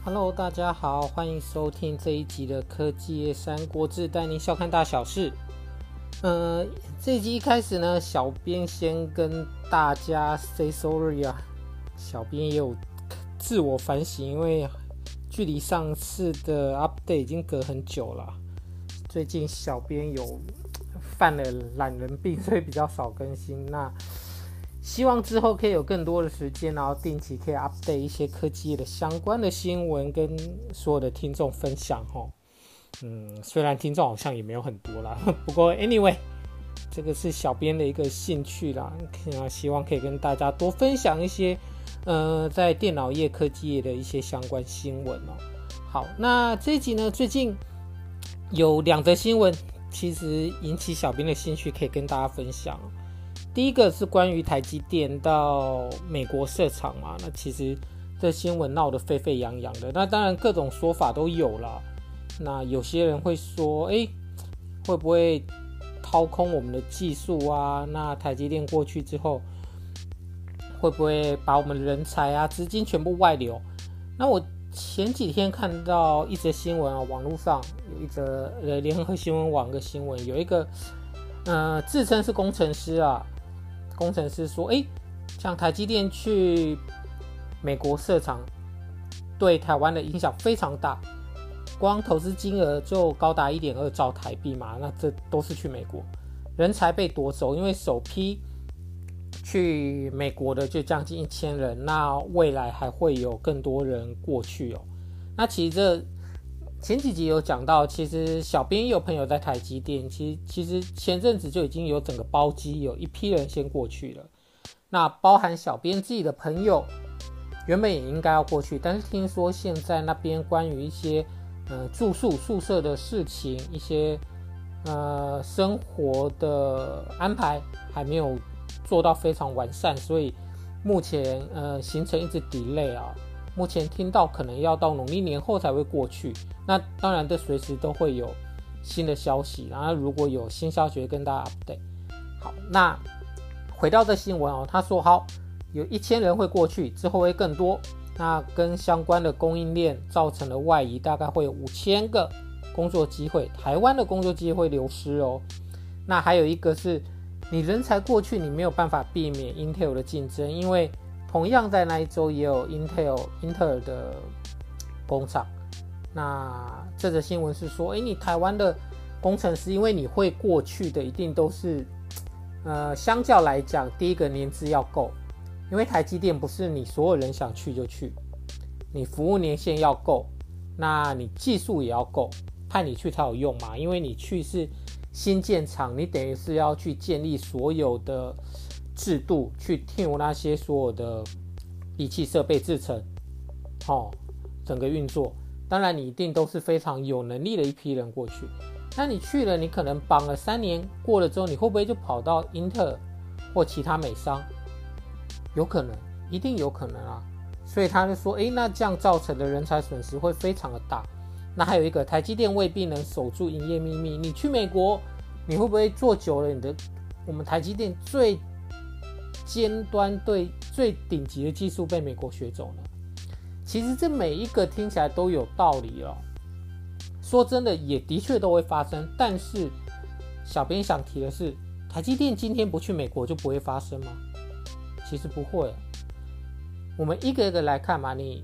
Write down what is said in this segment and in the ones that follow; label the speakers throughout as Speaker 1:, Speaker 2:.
Speaker 1: Hello， 大家好，欢迎收听这一集的科技业三国志，带您笑看大小事。这一集一开始呢，小编先跟大家 say sorry 啊，小编也有自我反省，因为距离上次的 update 已经隔很久了。最近小编有犯了懒人病，所以比较少更新。那希望之后可以有更多的时间，然后定期可以 update 一些科技业的相关的新闻，跟所有的听众分享齁。虽然听众好像也没有很多啦，不过 anyway， 这个是小编的一个兴趣啦，希望可以跟大家多分享一些在电脑业、科技业的一些相关新闻哦。好，那这一集呢，最近有2则新闻，其实引起小编的兴趣，可以跟大家分享。第一个是关于台积电到美国设厂嘛，那其实这新闻闹得沸沸扬扬的，那当然各种说法都有啦。那有些人会说，会不会掏空我们的技术啊？那台积电过去之后，会不会把我们的人才啊、资金全部外流？那我前几天看到一则新闻啊，网络上有一则联合新闻网的新闻，有一个自称是工程师啊。工程师说，像台积电去美国设厂，对台湾的影响非常大，光投资金额就高达 1.2 兆台币嘛，那这都是去美国，人才被夺走，因为首批去美国的就将近1000人，那未来还会有更多人过去哦。那其实这前几集有讲到，其实小编也有朋友在台积电，其实前阵子就已经有整个包机，有一批人先过去了。那包含小编自己的朋友，原本也应该要过去，但是听说现在那边关于一些住宿宿舍的事情，一些生活的安排还没有做到非常完善，所以目前行程一直 delay 啊。目前听到可能要到农历年后才会过去，那当然这随时都会有新的消息，然后如果有新消息跟大家 update。 好，那回到这新闻他说好有1000人会过去，之后会更多，那跟相关的供应链造成的外移，大概会有5000个工作机会，台湾的工作机会流失哦。那还有一个是你人才过去，你没有办法避免 Intel 的竞争，因为同样在那一周也有英特尔的工厂。那这则新闻是说，你台湾的工程师，因为你会过去的一定都是相较来讲，第一个年资要够，因为台积电不是你所有人想去就去，你服务年限要够，那你技术也要够，派你去才有用嘛，因为你去是新建厂，你等于是要去建立所有的制度，去听那些所有的仪器设备制成整个运作，当然你一定都是非常有能力的一批人过去。那你去了，你可能绑了3年，过了之后，你会不会就跑到英特尔或其他美商？有可能，一定有可能啊。所以他就说，那这样造成的人才损失会非常的大。那还有一个，台积电未必能守住营业秘密。你去美国，你会不会做久了，我们台积电最尖端最顶级的技术被美国学走呢？其实这每一个听起来都有道理哦。说真的，也的确都会发生，但是小编想提的是，台积电今天不去美国就不会发生吗？其实不会。我们一个一个来看嘛，你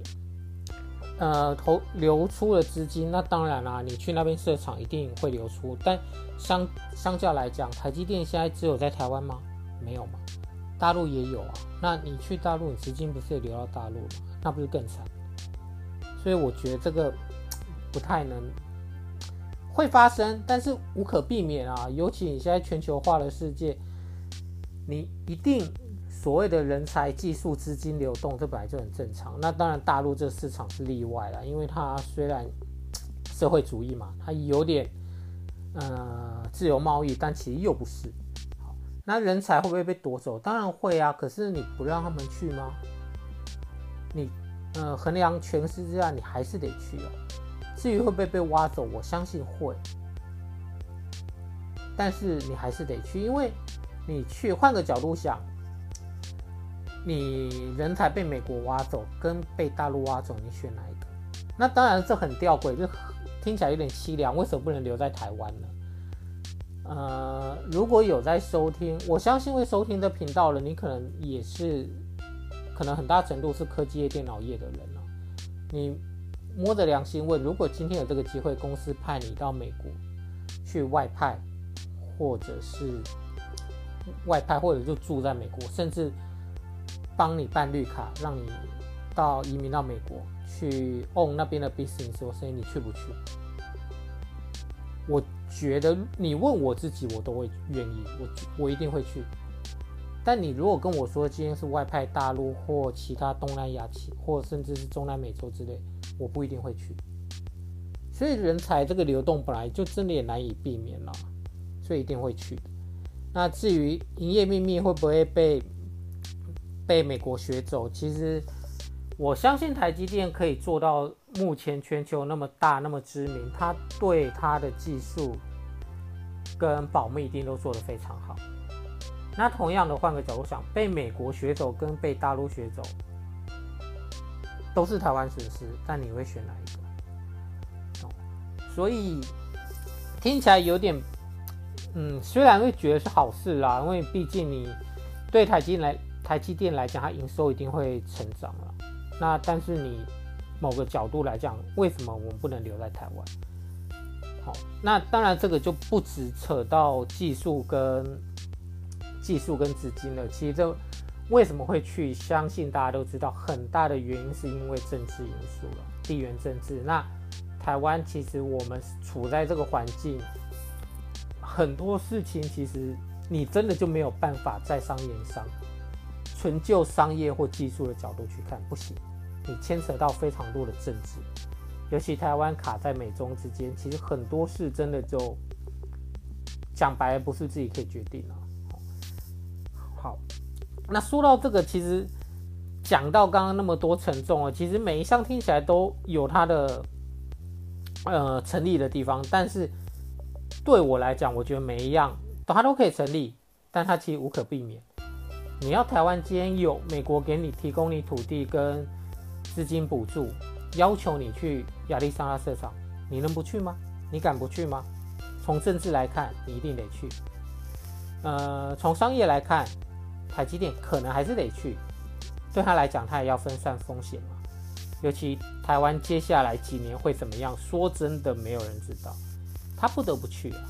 Speaker 1: 流出了资金，那当然啦，你去那边设厂一定会流出，但相较来讲，台积电现在只有在台湾吗？没有嘛，大陆也有啊。那你去大陆，你资金不是也流到大陆了，那不是更惨？所以我觉得这个不太能会发生，但是无可避免啊。尤其你现在全球化的世界，你一定所谓的人才、技术、资金流动，这本来就很正常。那当然大陆这个市场是例外啦，因为它虽然社会主义嘛，它有点自由贸易，但其实又不是。好，那人才会不会被夺走？当然会啊，可是你不让他们去吗？你衡量全市之下，你还是得去哦。至于会不会被挖走，我相信会，但是你还是得去，因为你去换个角度想，你人才被美国挖走跟被大陆挖走，你选哪一个？ 那当然这很吊诡，就听起来有点凄凉，为什么不能留在台湾呢？如果有在收听，我相信会收听这频道了，你可能也是，可能很大程度是科技业、电脑业的人啊。你摸着良心问，如果今天有这个机会，公司派你到美国去外派，或者就住在美国，甚至帮你办绿卡，让你移民到美国去 own 那边的 business 或生意，你去不去？我觉得你问我自己，我都会愿意，我一定会去。但你如果跟我说今天是外派大陆或其他东南亚或甚至是中南美洲之类，我不一定会去。所以人才这个流动本来就真的也难以避免了，所以一定会去的。那至于营业秘密会不会被美国学走，其实我相信台积电可以做到目前全球那么大那么知名，它对它的技术跟保密一定都做得非常好。那同样的换个角度想，被美国学走跟被大陆学走都是台湾损失，但你会选哪一个？所以听起来有点虽然会觉得是好事啦，因为毕竟你对台积电来讲，它营收一定会成长啦。那但是你某个角度来讲，为什么我们不能留在台湾？好，那当然这个就不只扯到技术跟资金了。其实这为什么会去，相信大家都知道，很大的原因是因为政治因素了，地缘政治。那台湾其实我们处在这个环境，很多事情其实你真的就没有办法在商言商，纯就商业或技术的角度去看，不行。你牵扯到非常多的政治，尤其台湾卡在美中之间，其实很多事真的就讲白了不是自己可以决定了。好，那说到这个，其实讲到刚刚那么多沉重了，其实每一项听起来都有它的成立的地方，但是对我来讲，我觉得每一样它都可以成立，但它其实无可避免。你要台湾今天有美国给你提供你土地跟资金补助，要求你去亚利桑那设厂，你能不去吗？你敢不去吗？从政治来看，你一定得去。从商业来看，台积电可能还是得去，对他来讲，他也要分散风险嘛。尤其台湾接下来几年会怎么样，说真的，没有人知道，他不得不去啊。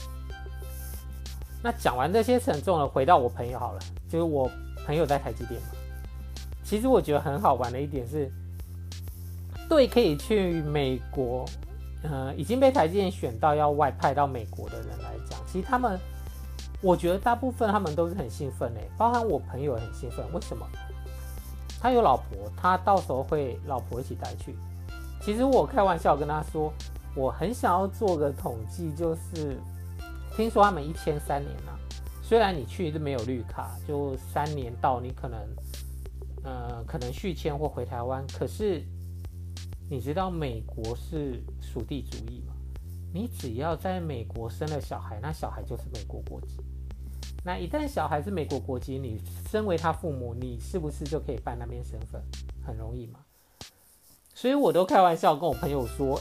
Speaker 1: 那讲完这些沉重的，回到我朋友好了，就是我朋友在台积电嘛。其实我觉得很好玩的一点是，对可以去美国，已经被台积电选到要外派到美国的人来讲，其实他们，我觉得大部分他们都是很兴奋的，包含我朋友也很兴奋。为什么？他有老婆，他到时候会老婆一起带去。其实我开玩笑跟他说，我很想要做个统计，就是听说他们1003年啊，虽然你去是没有绿卡，就3年到你可能续签或回台湾，可是你知道美国是属地主义吗？你只要在美国生了小孩，那小孩就是美国国籍。那一旦小孩是美国国籍，你身为他父母，你是不是就可以办那边身份？很容易嘛。所以我都开玩笑跟我朋友说，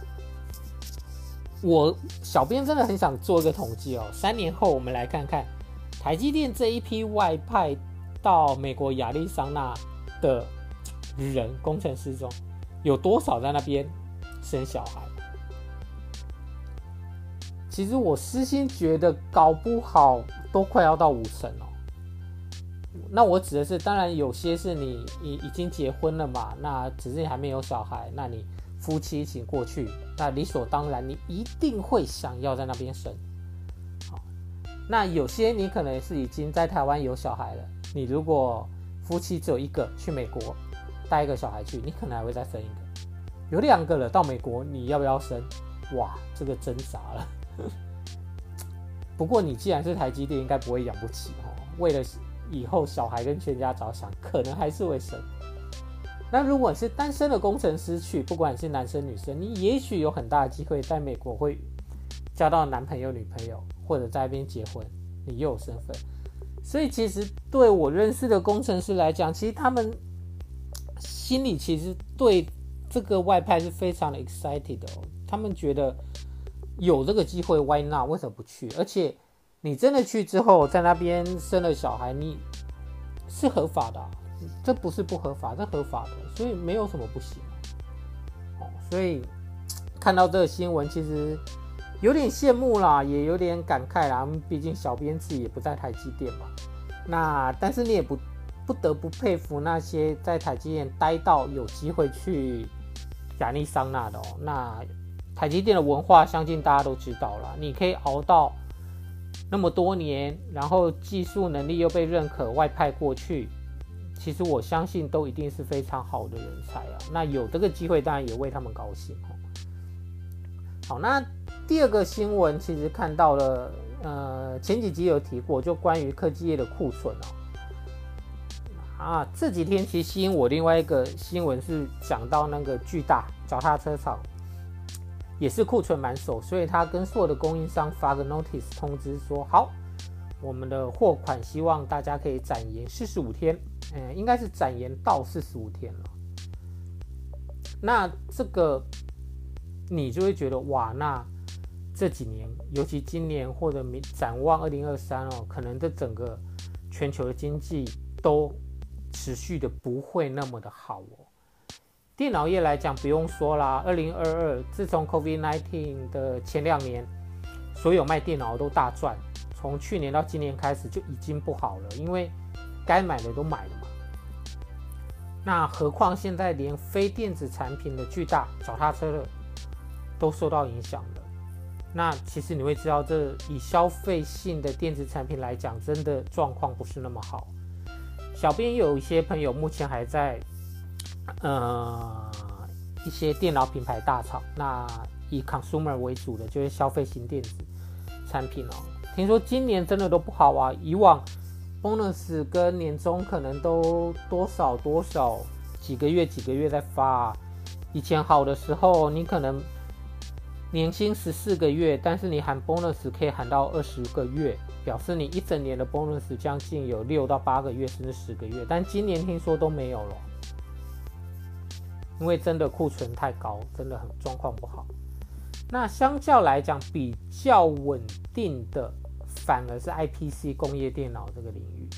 Speaker 1: 我小编真的很想做一个统计哦，3年后我们来看看台积电这一批外派到美国亚利桑那的人，工程师中有多少在那边生小孩？其实我私心觉得搞不好都快要到50%哦。那我指的是，当然有些是你已经结婚了嘛，那只是你还没有小孩，那你夫妻一起过去，那理所当然你一定会想要在那边生。好，那有些你可能是已经在台湾有小孩了，你如果夫妻只有一个，去美国带一个小孩去，你可能还会再生一个。有2个了，到美国你要不要生？哇，这个挣扎了。不过你既然是台积电，应该不会养不起哦。为了以后小孩跟全家着想，可能还是会生。那如果是单身的工程师去，不管你是男生女生，你也许有很大的机会在美国会交到男朋友女朋友，或者在那边结婚，你又有身份。所以其实对我认识的工程师来讲，其实他们心里其实对这个外派是非常的 excited 的哦，他们觉得有这个机会 why not， 为什么不去？而且你真的去之后，在那边生了小孩，你是合法的这不是不合法，这合法的，所以没有什么不行所以看到这个新闻，其实有点羡慕啦，也有点感慨啦。毕竟小编自己也不在台积电嘛。那但是你也不得不佩服那些在台积电待到有机会去亚利桑那的那台积电的文化，相信大家都知道啦。你可以熬到那么多年，然后技术能力又被认可，外派过去，其实我相信都一定是非常好的人才那有这个机会，当然也为他们高兴好，那第二个新闻其实看到了，前几集有提过，就关于科技业的库存这几天其实吸引我另外一个新闻是讲到那个巨大脚踏车厂也是库存满手，所以他跟所有的供应商发个 notice 通知说，好，我们的货款希望大家可以展延45天，应该是展延到45天了。那这个你就会觉得哇，那这几年，尤其今年或者展望2023可能这整个全球的经济都持续的不会那么的好电脑业来讲不用说啦，2022自从 COVID-19 的前2年，所有卖电脑都大赚，从去年到今年开始就已经不好了，因为该买的都买了嘛。那何况现在连非电子产品的巨大脚踏车的都受到影响了。那其实你会知道，这以消费性的电子产品来讲，真的状况不是那么好。小编有一些朋友目前还在一些电脑品牌大厂，那以 consumer 为主的就是消费型电子产品听说今年真的都不好以往 bonus 跟年终可能都多少几个月在发以前好的时候你可能年薪14个月，但是你喊 bonus 可以喊到20个月，表示你一整年的 bonus 将近有6到8个月甚至10个月，但今年听说都没有了，因为真的库存太高，真的很状况不好。那相较来讲比较稳定的反而是 IPC 工业电脑这个领域。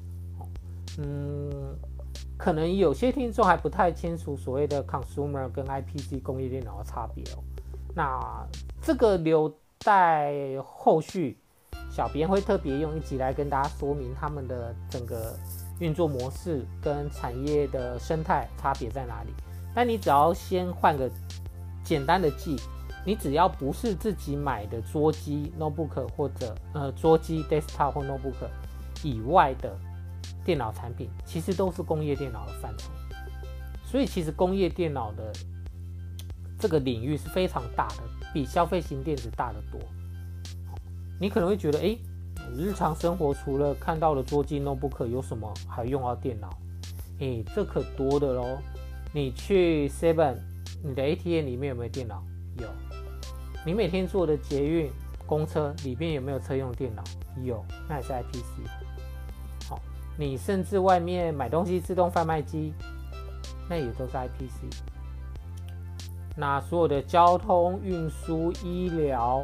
Speaker 1: 可能有些听众还不太清楚所谓的 consumer 跟 IPC 工业电脑的差别那这个留待后续小编会特别用一集来跟大家说明他们的整个运作模式跟产业的生态差别在哪里。但你只要先换个简单的记，你只要不是自己买的桌机 notebook 或者桌机 desktop 或 notebook 以外的电脑产品，其实都是工业电脑的范畴。所以其实工业电脑的这个领域是非常大的，比消费型电子大得多。你可能会觉得日常生活除了看到的桌机 notebook 有什么还用到电脑？这可多的咯。你去 7 你的 ATM 里面有没有电脑？有。你每天坐的捷运公车里面有没有车用电脑？有，那也是 IPC。好，你甚至外面买东西自动贩卖机，那也都是 IPC。那所有的交通运输、医疗，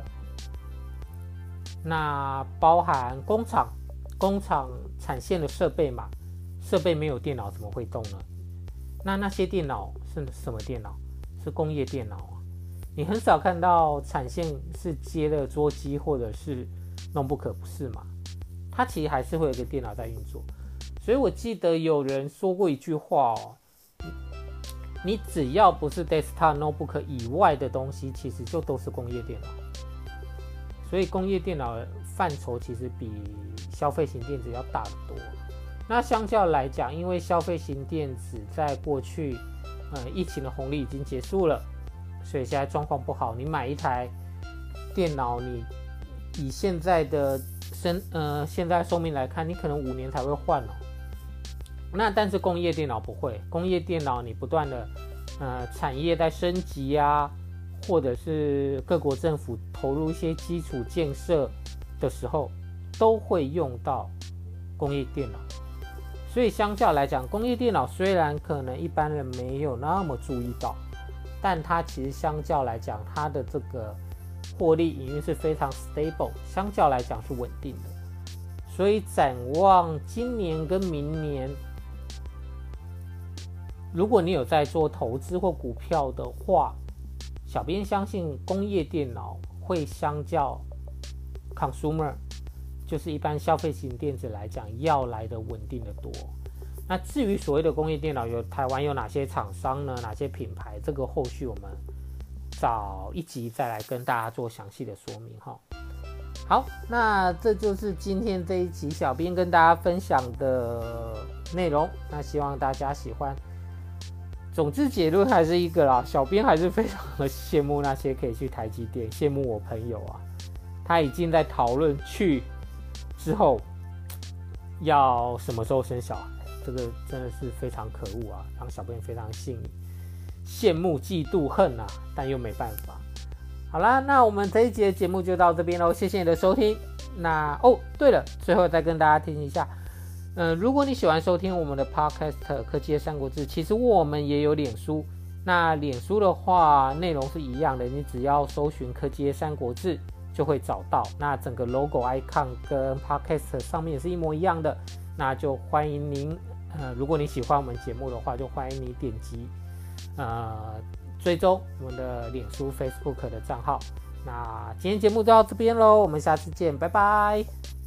Speaker 1: 那包含工厂产线的设备嘛，设备没有电脑怎么会动呢？那些电脑是什么电脑？是工业电脑你很少看到产线是接了桌机或者是notebook，不是嘛？它其实还是会有一个电脑在运作。所以我记得有人说过一句话你只要不是 desktop notebook 以外的东西，其实就都是工业电脑。所以工业电脑的范畴其实比消费型电子要大得多。那相较来讲，因为消费型电子在过去疫情的红利已经结束了，所以现在状况不好。你买一台电脑，你以现在的现在寿命来看，你可能5年才会换那但是工业电脑不会，工业电脑你不断的产业在升级或者是各国政府投入一些基础建设的时候，都会用到工业电脑。所以相较来讲，工业电脑虽然可能一般人没有那么注意到， 但它其实相较来讲，它的这个获利营运是非常 stable， 相较来讲是稳定的。所以展望今年跟明年，如果你有在做投资或股票的话，小编相信工业电脑会相较 consumer， 就是一般消费型电子来讲，要来的稳定的多。那至于所谓的工业电脑，台湾有哪些厂商呢？哪些品牌？这个后续我们找一集再来跟大家做详细的说明哈。好，那这就是今天这一集小编跟大家分享的内容，那希望大家喜欢。总之结论还是一个啦，小编还是非常的羡慕那些可以去台积电，羡慕我朋友啊，他已经在讨论去之后要什么时候生小孩，这个真的是非常可恶啊，让小编非常羡慕嫉妒恨啊，但又没办法。好啦，那我们这一集的节目就到这边咯，谢谢你的收听。那对了，最后再跟大家提醒一下，如果你喜欢收听我们的 Podcast 科技的三国志，其实我们也有脸书。那脸书的话，内容是一样的，你只要搜寻科技的三国志就会找到。那整个 logo icon 跟 Podcast 上面也是一模一样的。那就欢迎您，如果你喜欢我们节目的话，就欢迎你点击追踪我们的脸书 Facebook 的账号。那今天节目就到这边咯，我们下次见，拜拜。